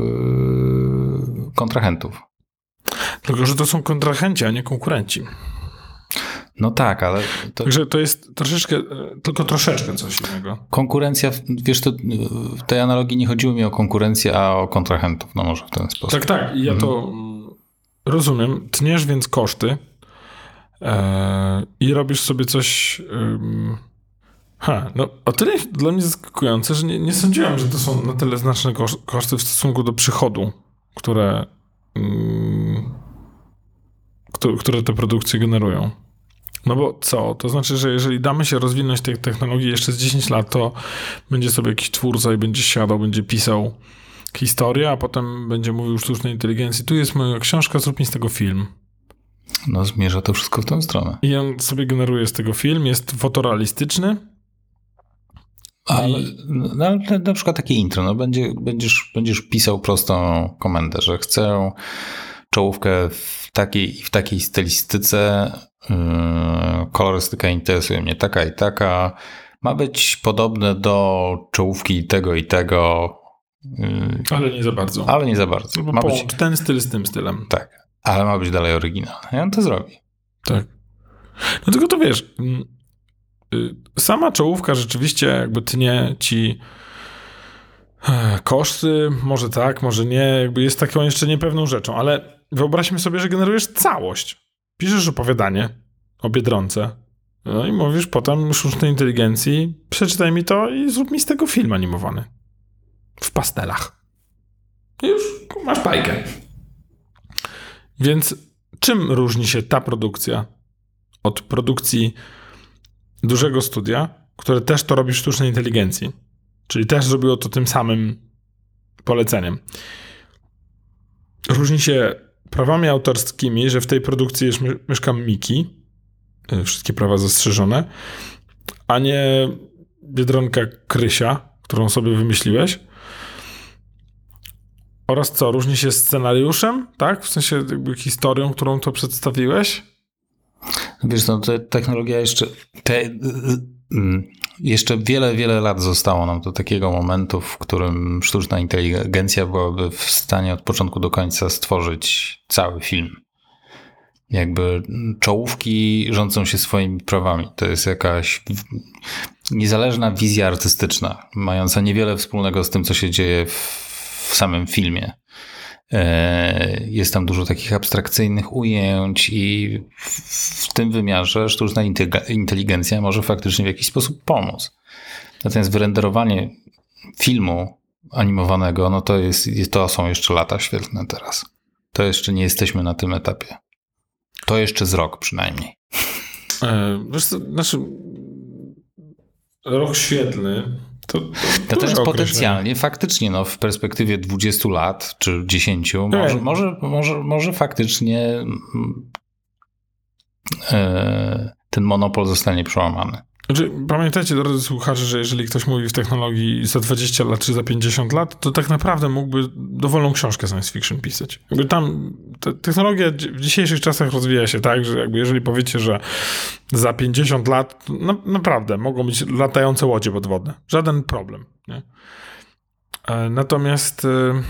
yy, kontrahentów. Tylko, że to są kontrahenci, a nie konkurenci. No tak, ale... To... Także to jest troszeczkę, tylko troszeczkę coś innego. Konkurencja, wiesz, to w tej analogii nie chodziło mi o konkurencję, a o kontrahentów, no może w ten sposób. Tak, tak, ja mhm. to rozumiem. Tniesz więc koszty e, i robisz sobie coś... Um, ha, no o tyle dla mnie zaskakujące, że nie, nie sądziłem, że to są na tyle znaczne koszty w stosunku do przychodu, które, um, które, które te produkcje generują. No bo co? To znaczy, że jeżeli damy się rozwinąć tej technologii jeszcze z dziesięć lat, to będzie sobie jakiś twórca i będzie siadał, będzie pisał historię, a potem będzie mówił sztucznej inteligencji, tu jest moja książka, zrób mi z tego film. No zmierza to wszystko w tę stronę. I on sobie generuje z tego film, jest fotorealistyczny. Ale no, na przykład takie intro, no będzie, będziesz, będziesz pisał prostą komendę, że chcę czołówkę w takiej i w takiej stylistyce, yy, kolorystyka interesuje mnie taka i taka, ma być podobne do czołówki tego i tego. Yy, ale nie za bardzo. Ale nie za bardzo. No ma być być ten styl z tym stylem. Tak, ale ma być dalej oryginalny. I on to zrobi. Tak. No tylko to wiesz, yy, sama czołówka rzeczywiście jakby tnie ci koszty, może tak, może nie, jakby jest taką jeszcze niepewną rzeczą, ale wyobraźmy sobie, że generujesz całość. Piszesz opowiadanie o Biedronce, no i mówisz potem sztucznej inteligencji, przeczytaj mi to i zrób mi z tego film animowany. W pastelach. I już masz bajkę. Więc czym różni się ta produkcja od produkcji dużego studia, które też to robi w sztucznej inteligencji? Czyli też zrobiło to tym samym poleceniem. Różni się prawami autorskimi, że w tej produkcji jest, mieszka Miki, wszystkie prawa zastrzeżone, a nie Biedronka Krysia, którą sobie wymyśliłeś. Oraz co? Różni się scenariuszem, tak? W sensie jakby historią, którą to przedstawiłeś? Wiesz, no te technologia jeszcze... Te, jeszcze wiele, wiele lat zostało nam do takiego momentu, w którym sztuczna inteligencja byłaby w stanie od początku do końca stworzyć cały film. Jakby czołówki rządzą się swoimi prawami. To jest jakaś niezależna wizja artystyczna, mająca niewiele wspólnego z tym, co się dzieje w w samym filmie. Jest tam dużo takich abstrakcyjnych ujęć i w tym wymiarze sztuczna inteligencja może faktycznie w jakiś sposób pomóc. Natomiast wyrenderowanie filmu animowanego, no to jest, to są jeszcze lata świetlne teraz. To jeszcze nie jesteśmy na tym etapie. To jeszcze z rok przynajmniej. E, wiesz co, znaczy rok świetlny to, to Natomiast potencjalnie, faktycznie, no, w perspektywie dwudziestu lat czy dziesięciu, może, może, może, może faktycznie e, ten monopol zostanie przełamany. Znaczy, pamiętajcie, drodzy słuchacze, że jeżeli ktoś mówi w technologii za dwadzieścia lat czy za pięćdziesiąt lat, to tak naprawdę mógłby dowolną książkę science fiction pisać. Jakby tam te, technologia w dzisiejszych czasach rozwija się tak, że jakby jeżeli powiecie, że za pięćdziesiąt lat, to na, naprawdę mogą być latające łodzie podwodne. Żaden problem. Nie? Natomiast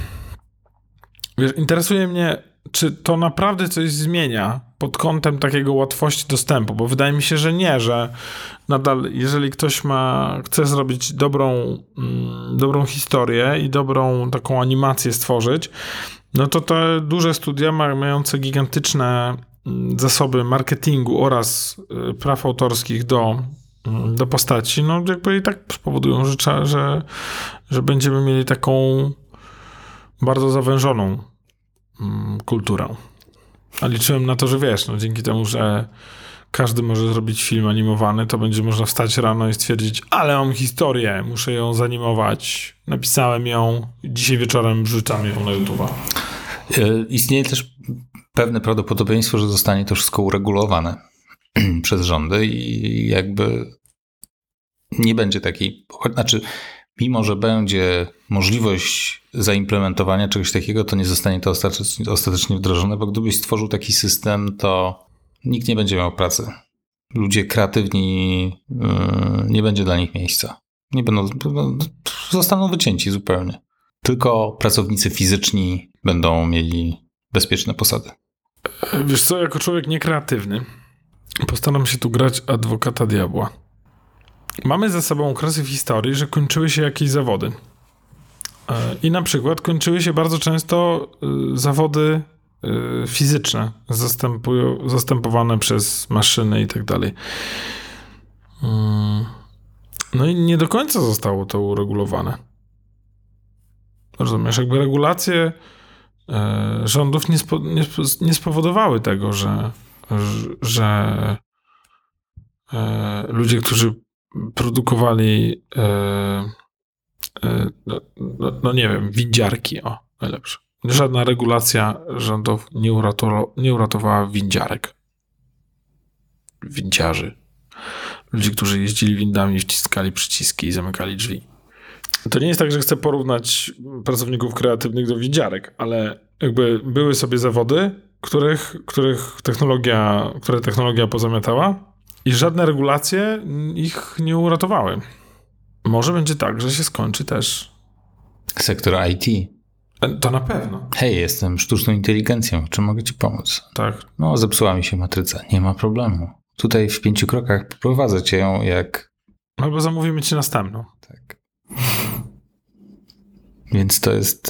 wiesz, interesuje mnie, czy to naprawdę coś zmienia pod kątem takiego łatwości dostępu, bo wydaje mi się, że nie, że nadal jeżeli ktoś ma, chce zrobić dobrą, mm, dobrą historię i dobrą taką animację stworzyć, no to te duże studia mające gigantyczne zasoby marketingu oraz praw autorskich do, do postaci, no jakby i tak spowodują, że, trzeba, że, że będziemy mieli taką bardzo zawężoną kulturę. A liczyłem na to, że wiesz, no dzięki temu, że każdy może zrobić film animowany, to będzie można wstać rano i stwierdzić, ale mam historię, muszę ją zanimować, napisałem ją, dzisiaj wieczorem wrzucam ją na YouTube'a. Istnieje też pewne prawdopodobieństwo, że zostanie to wszystko uregulowane przez rządy i jakby nie będzie takiej, znaczy mimo, że będzie możliwość zaimplementowania czegoś takiego, to nie zostanie to ostatecznie, ostatecznie wdrożone, bo gdybyś stworzył taki system, to nikt nie będzie miał pracy. Ludzie kreatywni, yy, nie będzie dla nich miejsca. Nie będą, zostaną wycięci zupełnie. Tylko pracownicy fizyczni będą mieli bezpieczne posady. Wiesz co, jako człowiek niekreatywny postaram się tu grać adwokata diabła. Mamy za sobą okresy w historii, że kończyły się jakieś zawody. I na przykład kończyły się bardzo często zawody fizyczne, zastępowane przez maszyny i tak dalej. No i nie do końca zostało to uregulowane. Rozumiesz, jakby regulacje rządów nie, spo, nie, nie spowodowały tego, że, że ludzie, którzy produkowali e, e, no, no, no nie wiem, windziarki, o, najlepsze. Żadna regulacja rządów nie, uratowa, nie uratowała windziarek. Windziarzy. Ludzi, którzy jeździli windami, wciskali przyciski i zamykali drzwi. To nie jest tak, że chcę porównać pracowników kreatywnych do windziarek, ale jakby były sobie zawody, których, których technologia, które technologia pozamiatała, i żadne regulacje ich nie uratowały. Może będzie tak, że się skończy też sektor I T. To na pewno. Hej, jestem sztuczną inteligencją. Czy mogę ci pomóc? Tak. No, zepsuła mi się matryca. Nie ma problemu. Tutaj w pięciu krokach poprowadzę cię ją jak... Albo zamówimy ci następną. Tak. Więc to jest...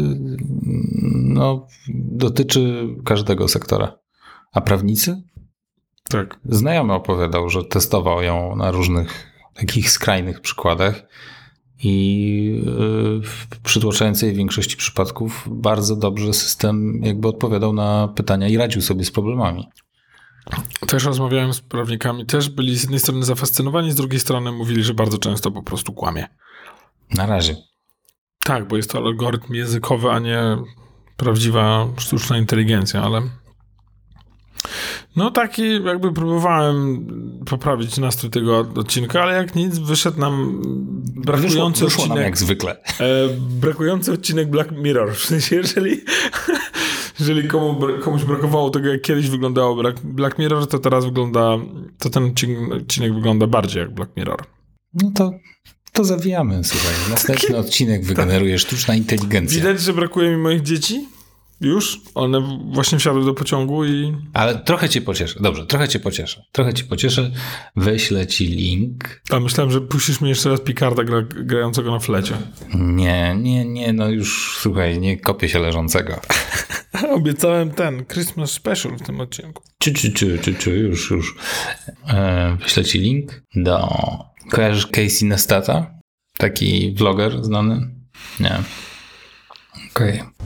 No, dotyczy każdego sektora. A prawnicy? Tak. Znajomy opowiadał, że testował ją na różnych takich skrajnych przykładach i w przytłaczającej większości przypadków bardzo dobrze system jakby odpowiadał na pytania i radził sobie z problemami. Też rozmawiałem z prawnikami, też byli z jednej strony zafascynowani, z drugiej strony mówili, że bardzo często po prostu kłamie. Na razie. Tak, bo jest to algorytm językowy, a nie prawdziwa sztuczna inteligencja, ale no taki jakby próbowałem poprawić nastrój tego odcinka, ale jak nic, wyszedł nam brakujący wyszło, wyszło odcinek. nam jak zwykle. E, brakujący odcinek Black Mirror. W sensie, jeżeli, jeżeli komu, komuś brakowało tego, jak kiedyś wyglądało Black, Black Mirror, to teraz wygląda, to ten odcinek, odcinek wygląda bardziej jak Black Mirror. No to, to zawijamy, słuchaj. Następny odcinek wygeneruje sztuczna inteligencja. Widać, że brakuje mi moich dzieci. Już? One właśnie wsiadły do pociągu i... Ale trochę cię pocieszę. Dobrze, trochę cię pocieszę. Trochę cię pocieszę. Wyślę ci link. A myślałem, że puścisz mi jeszcze raz Picarda gra, grającego na flecie. Nie, nie, nie, no już słuchaj, nie kopię się leżącego. Obiecałem ten Christmas Special w tym odcinku. Czy, czy, czy, czy, czy, już, już. E, wyślę ci link do... Kojarzysz Casey Neistata? Taki vloger znany? Nie. Okej. Okay.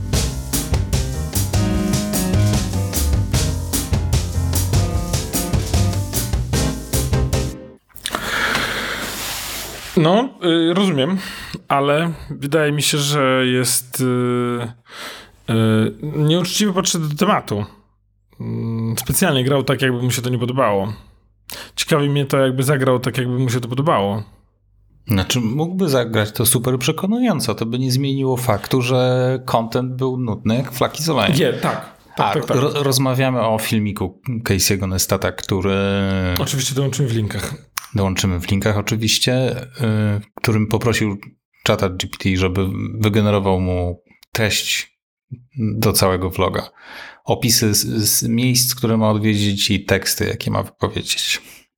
No, y, rozumiem, ale wydaje mi się, że jest y, y, nieuczciwy podszedł do tematu. Y, specjalnie grał tak, jakby mu się to nie podobało. Ciekawi mnie to, jakby zagrał tak, jakby mu się to podobało. Znaczy, mógłby zagrać to super przekonująco. To by nie zmieniło faktu, że content był nudny jak flaki z olejem. Nie, tak. Tak, A, tak, tak. Ro- rozmawiamy o filmiku Casey'ego Neistata, który... Oczywiście dołączymy w linkach. Dołączymy w linkach oczywiście, yy, którym poprosił czata G P T, żeby wygenerował mu treść do całego vloga. Opisy z, z miejsc, które ma odwiedzić i teksty, jakie ma wypowiedzieć.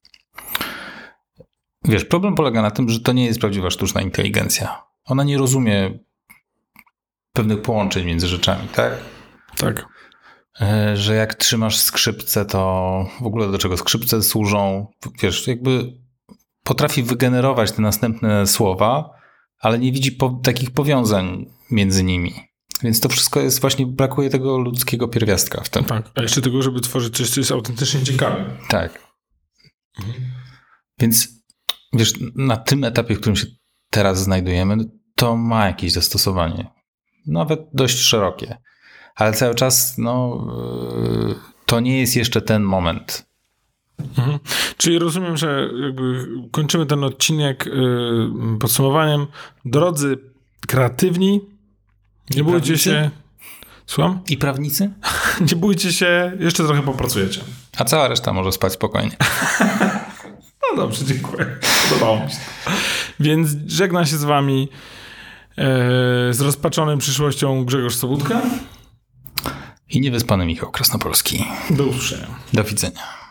Wiesz, problem polega na tym, że to nie jest prawdziwa sztuczna inteligencja. Ona nie rozumie pewnych połączeń między rzeczami, tak? Tak. Yy, że jak trzymasz skrzypce, to w ogóle do czego skrzypce służą? Wiesz, jakby potrafi wygenerować te następne słowa, ale nie widzi po, takich powiązań między nimi. Więc to wszystko jest właśnie, brakuje tego ludzkiego pierwiastka w tym. Tak, a jeszcze tego, żeby tworzyć coś, co jest autentycznie ciekawe. Tak. Mhm. Więc wiesz, na tym etapie, w którym się teraz znajdujemy, to ma jakieś zastosowanie. Nawet dość szerokie. Ale cały czas, no, to nie jest jeszcze ten moment. Mhm. Czyli rozumiem, że jakby kończymy ten odcinek yy, podsumowaniem. Drodzy kreatywni, nie bójcie się... Słucham? I prawnicy? Nie bójcie się, jeszcze trochę popracujecie. A cała reszta może spać spokojnie. No dobrze, dziękuję. Podobało mi się. Więc żegna się z wami yy, z rozpaczonym przyszłością Grzegorz Sobudka i niewyspany Michał Krasnopolski. Do usłyszenia. Do widzenia.